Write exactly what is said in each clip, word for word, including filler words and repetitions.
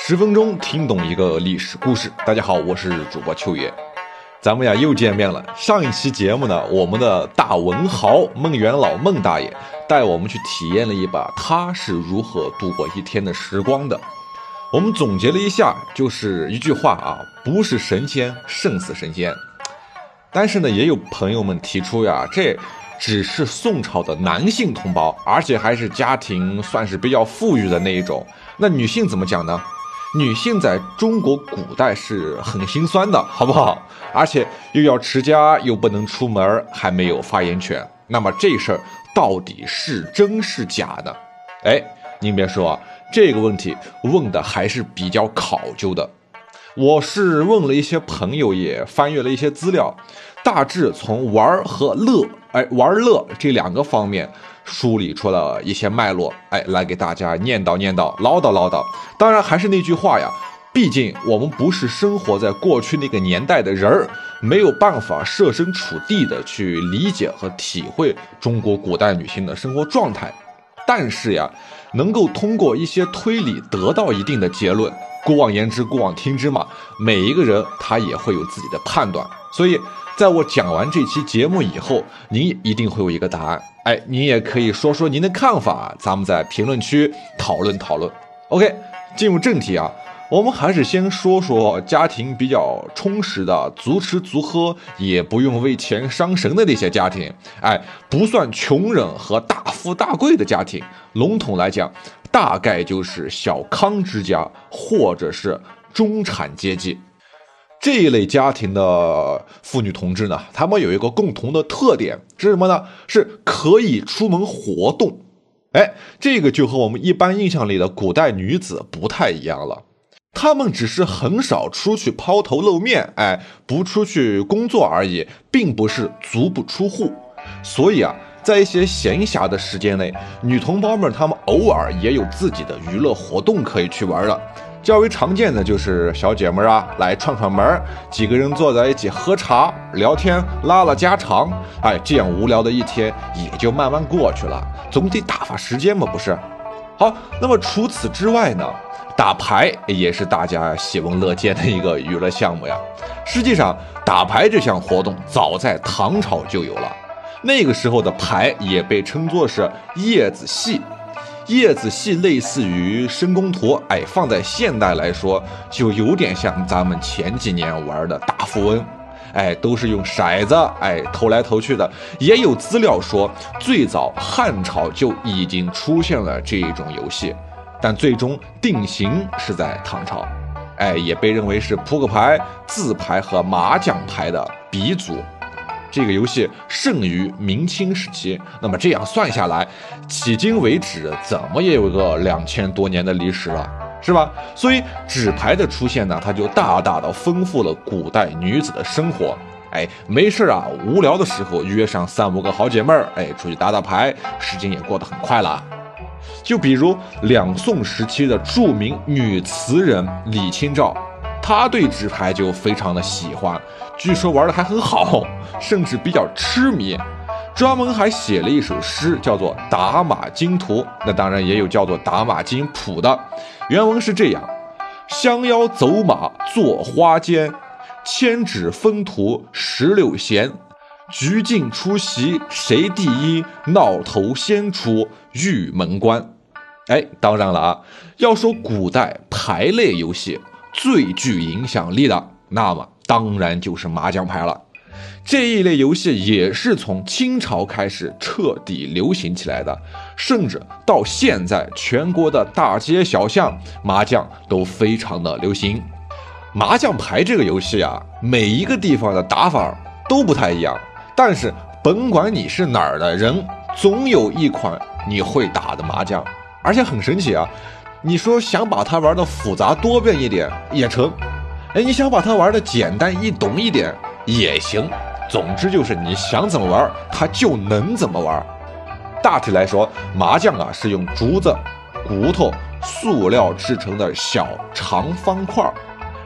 十分钟听懂一个历史故事。大家好，我是主播秋野，咱们呀又见面了。上一期节目呢，我们的大文豪孟元老孟大爷带我们去体验了一把他是如何度过一天的时光的。我们总结了一下，就是一句话啊，不是神仙胜似神仙。但是呢，也有朋友们提出呀，这只是宋朝的男性同胞，而且还是家庭算是比较富裕的那一种。那女性怎么讲呢？女性在中国古代是很心酸的，好不好？而且又要持家，又不能出门，还没有发言权。那么这事儿到底是真是假呢？哎，您别说啊，这个问题问的还是比较考究的。我是问了一些朋友，也翻阅了一些资料，大致从玩和乐，哎，玩乐这两个方面梳理出了一些脉络，哎，来给大家念叨念叨，唠叨唠叨。当然还是那句话呀，毕竟我们不是生活在过去那个年代的人儿，没有办法设身处地的去理解和体会中国古代女性的生活状态。但是呀，能够通过一些推理得到一定的结论。过往言之，过往听之嘛，每一个人他也会有自己的判断。所以在我讲完这期节目以后，您一定会有一个答案。哎，您也可以说说您的看法，咱们在评论区讨论讨论。 OK， 进入正题啊，我们还是先说说家庭比较充实的，足吃足喝也不用为钱伤神的那些家庭。哎，不算穷人和大富大贵的家庭，笼统来讲大概就是小康之家或者是中产阶级。这一类家庭的妇女同志呢，她们有一个共同的特点是什么呢？是可以出门活动。哎，这个就和我们一般印象里的古代女子不太一样了。她们只是很少出去抛头露面，哎，不出去工作而已，并不是足不出户。所以啊，在一些闲暇的时间内，女同胞们她们偶尔也有自己的娱乐活动可以去玩了。较为常见的就是小姐们啊来串串门，几个人坐在一起喝茶聊天，拉了家常。哎，这样无聊的一天也就慢慢过去了，总得打发时间嘛，不是？好，那么除此之外呢，打牌也是大家喜闻乐见的一个娱乐项目呀。实际上打牌这项活动早在唐朝就有了，那个时候的牌也被称作是叶子戏。叶子戏类似于申公图，哎，放在现代来说就有点像咱们前几年玩的大富翁，哎，都是用骰子，哎，投来投去的。也有资料说最早汉朝就已经出现了这种游戏，但最终定型是在唐朝，哎，也被认为是扑克牌、字牌和麻将牌的鼻祖。这个游戏盛于明清时期，那么这样算下来，迄今为止怎么也有个两千多年的历史了，是吧？所以纸牌的出现呢，它就大大的丰富了古代女子的生活。哎，没事啊，无聊的时候约上三五个好姐妹儿，哎，出去打打牌，时间也过得很快了。就比如两宋时期的著名女词人李清照，她对纸牌就非常的喜欢，据说玩的还很好，甚至比较痴迷，专门还写了一首诗叫做《打马经图》，那当然也有叫做《打马经谱》的。原文是这样：相邀走马坐花间，千指分图十六弦，局进出席谁第一，闹头先出玉门关。哎，当然了啊，要说古代牌类游戏最具影响力的，那么当然就是麻将牌了。这一类游戏也是从清朝开始彻底流行起来的，甚至到现在全国的大街小巷，麻将都非常的流行。麻将牌这个游戏啊，每一个地方的打法都不太一样，但是甭管你是哪儿的人，总有一款你会打的麻将。而且很神奇啊，你说想把它玩的复杂多变一点也成，哎，你想把它玩的简单易懂一点也行。总之就是你想怎么玩，它就能怎么玩。大体来说，麻将啊是用竹子、骨头、塑料制成的小长方块，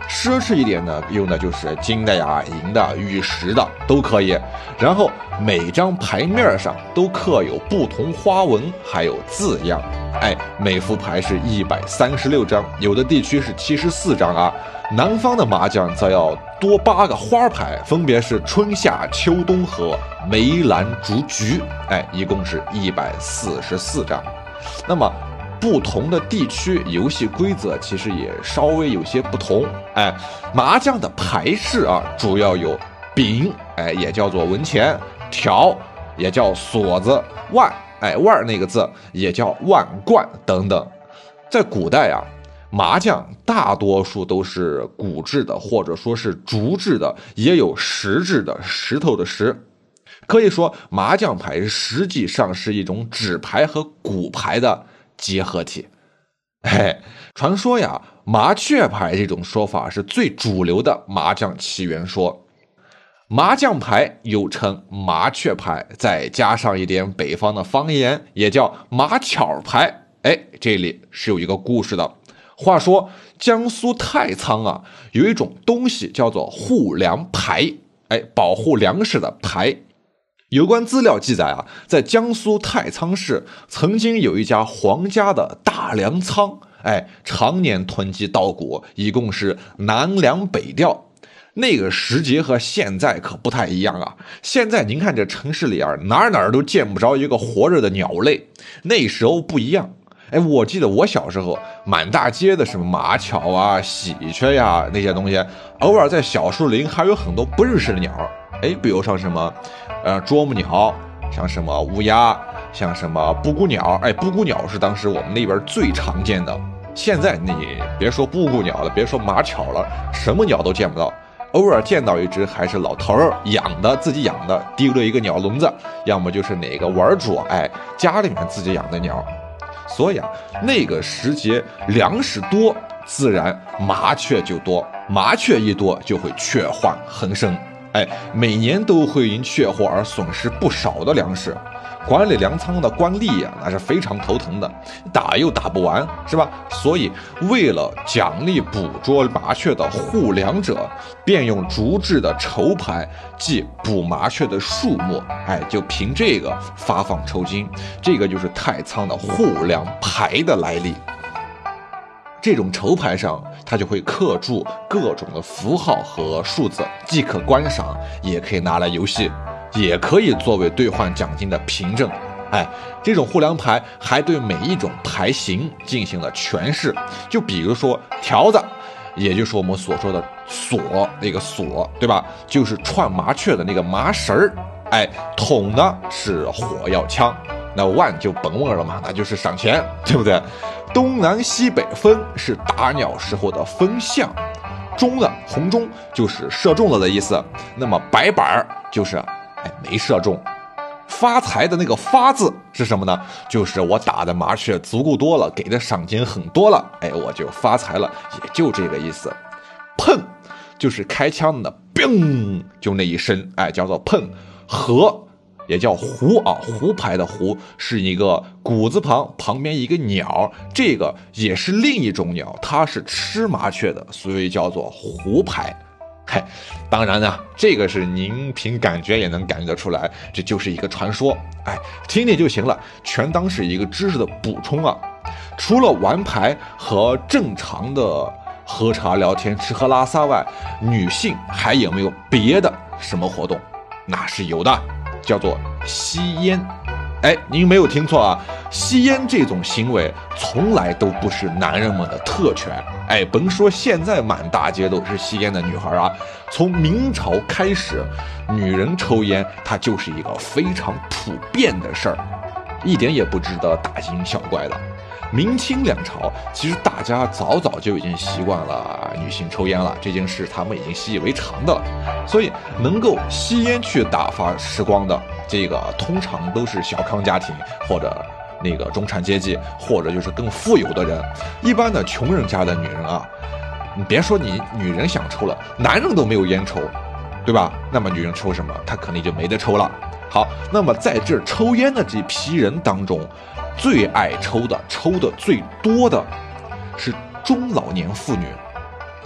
奢侈一点呢，用的就是金的呀、银的、玉石的都可以。然后每张牌面上都刻有不同花纹，还有字样。哎，每副牌是一百三十六张，有的地区是七十四张啊。南方的麻将则要多八个花牌，分别是春夏秋冬和梅兰竹菊，哎，一共是一百四十四张。那么不同的地区游戏规则其实也稍微有些不同。哎，麻将的牌式啊，主要有饼，哎，也叫做文钱；条，也叫锁子；万，哎，万那个字也叫万贯等等。在古代啊，麻将大多数都是骨制的，或者说是竹制的，也有石制的，石头的石。可以说麻将牌实际上是一种纸牌和骨牌的结合体。哎，传说呀，麻雀牌这种说法是最主流的麻将起源说。麻将牌又称麻雀牌，再加上一点北方的方言，也叫麻巧牌。哎，这里是有一个故事的。话说江苏太仓啊，有一种东西叫做护粮牌，哎，保护粮食的牌。有关资料记载啊，在江苏太仓市曾经有一家皇家的大粮仓，哎，常年囤积稻谷，一共是南粮北调。那个时节和现在可不太一样啊！现在您看这城市里啊，哪哪都见不着一个活着的鸟类，那时候不一样。哎，我记得我小时候，满大街的什么麻雀啊、喜鹊呀那些东西，偶尔在小树林还有很多不认识的鸟。哎，比如像什么，呃，啄木鸟，像什么乌鸦，像什么布谷鸟。哎，布谷鸟是当时我们那边最常见的。现在你别说布谷鸟了，别说麻雀了，什么鸟都见不到。偶尔见到一只还是老头儿养的，自己养的，丢了一个鸟笼子，要么就是哪个玩主，哎，家里面自己养的鸟。所以啊，那个时节粮食多，自然麻雀就多，麻雀一多就会雀患横生，哎，每年都会因雀祸而损失不少的粮食。管理粮仓的官吏呀、啊，那是非常头疼的，打又打不完，是吧？所以为了奖励捕捉麻雀的护粮者，便用竹制的筹牌记捕麻雀的数目，哎，就凭这个发放酬金。这个就是太仓的护粮牌的来历。这种筹牌上，它就会刻注各种的符号和数字，既可观赏，也可以拿来游戏，也可以作为兑换奖金的凭证。哎，这种护粮牌还对每一种牌型进行了诠释。就比如说条子，也就是我们所说的锁，那个锁，对吧？就是串麻雀的那个麻绳儿。哎，筒呢是火药枪，那万就甭问了嘛，那就是赏钱，对不对？东南西北分是打鸟时候的分项，中呢红中就是射中了的意思，那么白板就是哎没射中。发财的那个发字是什么呢？就是我打的麻雀足够多了，给的赏金很多了，哎，我就发财了，也就这个意思。碰就是开枪的砰，就那一声，哎，叫做碰。和也叫胡啊，胡牌的胡是一个鼓字旁，旁边一个鸟，这个也是另一种鸟，它是吃麻雀的，所以叫做胡牌。嘿，当然呢，这个是您凭感觉也能感觉得出来，这就是一个传说，哎，听听就行了，全当是一个知识的补充啊。除了玩牌和正常的喝茶聊天、吃喝拉撒外，女性还有没有别的什么活动？那是有的，叫做吸烟。哎，您没有听错啊，吸烟这种行为从来都不是男人们的特权。哎，甭说现在满大街都是吸烟的女孩啊，从明朝开始，女人抽烟它就是一个非常普遍的事儿，一点也不值得大惊小怪的。明清两朝，其实大家早早就已经习惯了女性抽烟了，这件事他们已经习以为常的了。所以能够吸烟去打发时光的，这个通常都是小康家庭或者那个中产阶级，或者就是更富有的人。一般的穷人家的女人啊，你别说你女人想抽了，男人都没有烟抽，对吧？那么女人抽什么？她肯定就没得抽了。好，那么在这抽烟的这批人当中，最爱抽的、抽的最多的是中老年妇女。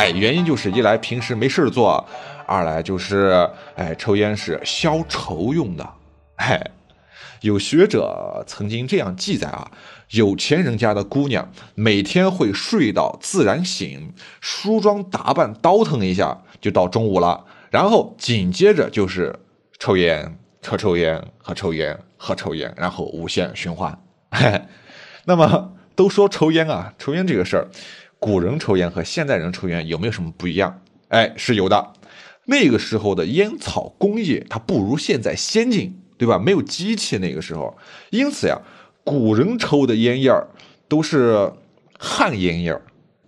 哎，原因就是一来平时没事做，二来就是哎抽烟是消愁用的。哎，有学者曾经这样记载啊，有钱人家的姑娘每天会睡到自然醒，梳妆打扮倒腾一下就到中午了，然后紧接着就是抽烟抽抽烟和抽烟和抽烟，然后无限循环。那么都说抽烟啊，抽烟这个事儿，古人抽烟和现代人抽烟有没有什么不一样？哎，是有的。那个时候的烟草工业它不如现在先进，对吧？没有机器那个时候，因此呀，古人抽的烟叶儿都是旱烟叶儿。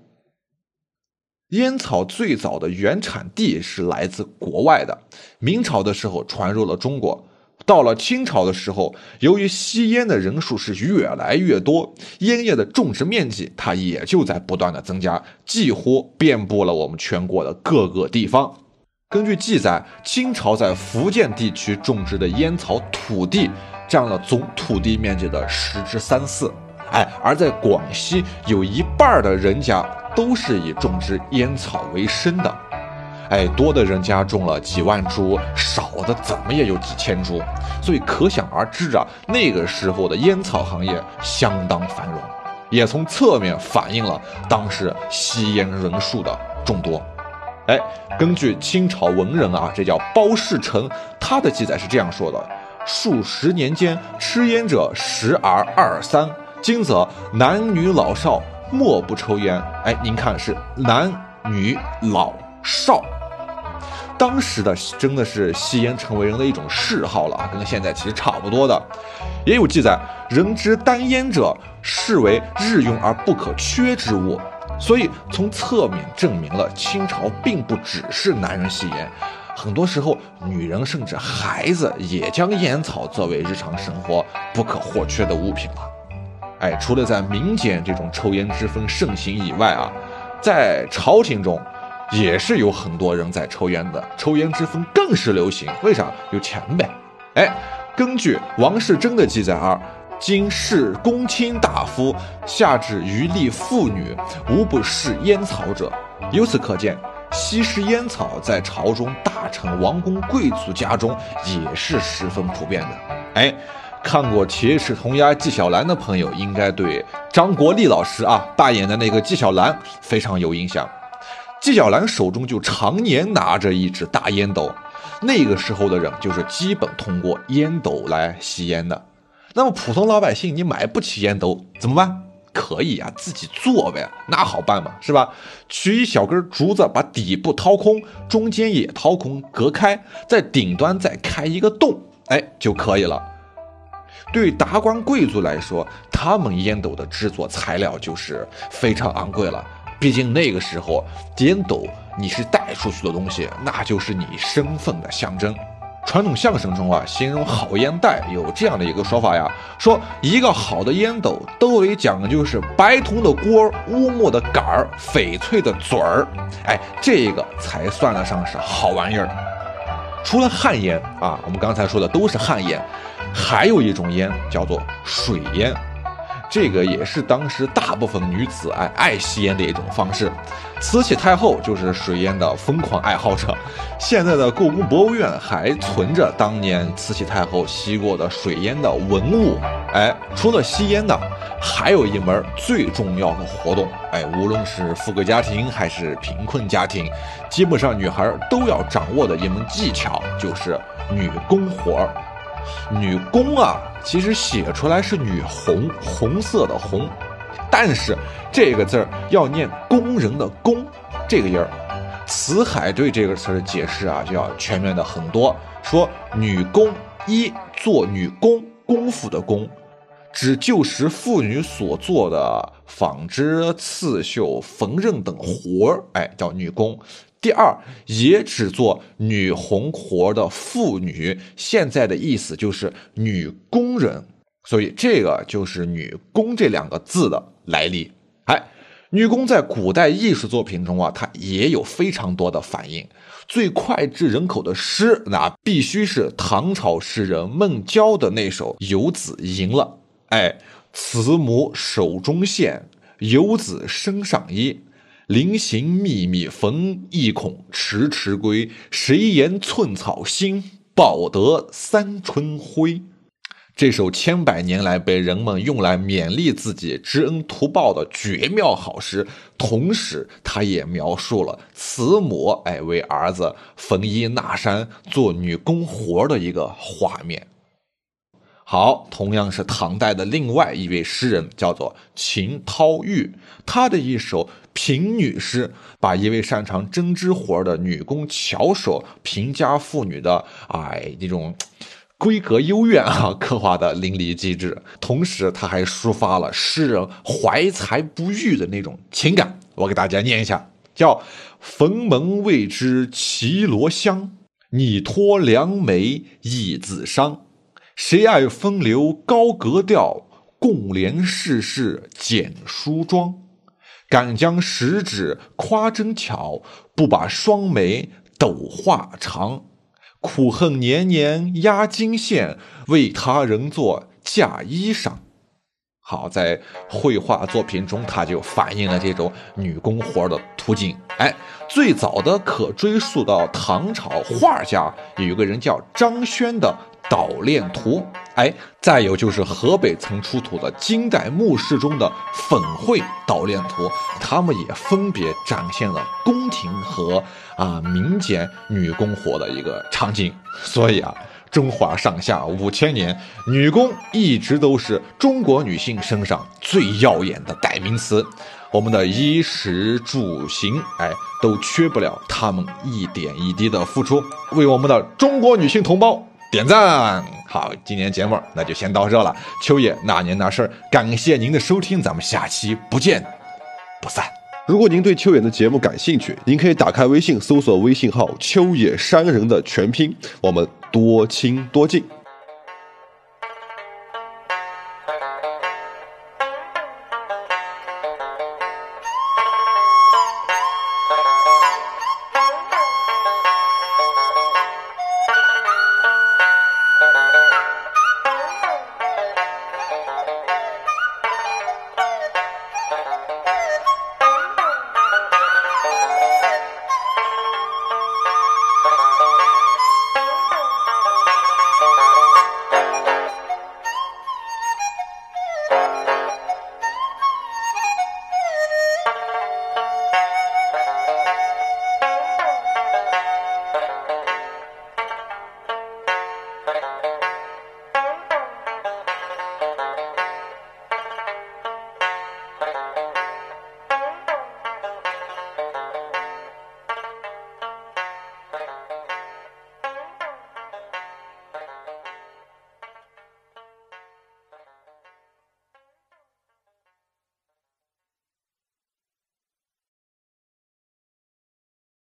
烟草最早的原产地是来自国外的，明朝的时候传入了中国。到了清朝的时候，由于吸烟的人数是越来越多，烟叶的种植面积它也就在不断的增加，几乎遍布了我们全国的各个地方。根据记载，清朝在福建地区种植的烟草土地占了总土地面积的十之三四，哎，而在广西有一半的人家都是以种植烟草为生的。哎，多的人家种了几万株，少的怎么也有几千株，所以可想而知啊，那个时候的烟草行业相当繁荣，也从侧面反映了当时吸烟人数的众多。哎，根据清朝文人啊，这叫包世成，他的记载是这样说的：数十年间，吃烟者十而二三，今则男女老少莫不抽烟。哎，您看是男女老少。当时的真的是吸烟成为人的一种嗜好了啊，跟现在其实差不多的。也有记载，人之单烟者视为日用而不可缺之物。所以从侧面证明了清朝并不只是男人吸烟，很多时候女人甚至孩子也将烟草作为日常生活不可或缺的物品了。哎，除了在民间这种抽烟之风盛行以外啊，在朝廷中也是有很多人在抽烟的，抽烟之风更是流行。为啥？有钱呗。哎，根据王世贞的记载啊，今世公卿大夫，下至余力妇女，无不嗜烟草者。由此可见，吸食烟草在朝中大臣、王公、贵族家中也是十分普遍的。哎，看过《铁齿铜牙纪晓岚》的朋友，应该对张国立老师啊扮演的那个纪晓岚非常有印象。纪晓岚手中就常年拿着一只大烟斗，那个时候的人就是基本通过烟斗来吸烟的。那么普通老百姓你买不起烟斗怎么办？可以啊，自己做呗，那好办嘛，是吧？取一小根竹子，把底部掏空，中间也掏空，隔开，在顶端再开一个洞，哎，就可以了。对达官贵族来说，他们烟斗的制作材料就是非常昂贵了。毕竟那个时候烟斗你是带出去的东西，那就是你身份的象征。传统相声中啊，形容好烟袋有这样的一个说法呀，说一个好的烟斗都为讲究是白铜的锅、乌木的杆儿、翡翠的嘴儿，哎，这个才算得上是好玩意儿。除了旱烟啊，我们刚才说的都是旱烟，还有一种烟叫做水烟。这个也是当时大部分女子爱爱吸烟的一种方式。慈禧太后就是水烟的疯狂爱好者，现在的故宫博物院还存着当年慈禧太后吸过的水烟的文物。哎，除了吸烟的，还有一门最重要的活动，哎，无论是富贵家庭还是贫困家庭，基本上女孩都要掌握的一门技巧，就是女工活。女工啊，其实写出来是女红，红色的红，但是这个字儿要念工人的工这个音儿。辞海对这个词的解释啊，就要全面的很多。说女工一做女工，功夫的工，指旧时妇女所做的纺织、刺绣、缝纫等活儿，哎，叫女工。第二，也只做女红活的妇女，现在的意思就是女工人，所以这个就是女工这两个字的来历。哎，女工在古代艺术作品中啊，它也有非常多的反映。最脍炙人口的诗，那必须是唐朝诗人孟郊的那首《游子吟》了。哎，慈母手中线，游子身上衣。 临行密密缝，意恐迟迟归。谁言寸草心，报得三春晖。这首千百年来被人们用来勉励自己知恩图报的绝妙好诗，同时它也描述了慈母哎为儿子缝衣纳衫做女工活的一个画面。好，同样是唐代的另外一位诗人叫做秦涛玉，他的一首贫女诗把一位擅长针织活的女工巧手贫家妇女的哎这种规格优越啊，刻画的淋漓尽致。同时他还抒发了诗人怀才不遇的那种情感。我给大家念一下，叫冯门未知绮罗香，拟托良媒一子商。谁爱风流高格调，共怜世事简梳妆。敢将十指夸针巧，不把双眉斗画长。苦恨年年压金线，为他人做嫁衣裳。好，在绘画作品中，它就反映了这种女工活的途径。哎，最早的可追溯到唐朝画家，有一个人叫张轩的《捣练图》。哎，再有就是河北曾出土的金代墓室中的粉绘捣练图，他们也分别展现了宫廷和啊民间女工活的一个场景。所以啊，中华上下五千年，女工一直都是中国女性身上最耀眼的代名词。我们的衣食住行，哎，都缺不了她们一点一滴的付出，为我们的中国女性同胞点赞。好，今天节目那就先到这了。秋野那年那事儿，感谢您的收听，咱们下期不见不散。 如果您对秋野的节目感兴趣，您可以打开微信搜索微信号秋野山人的全拼，我们多亲多近。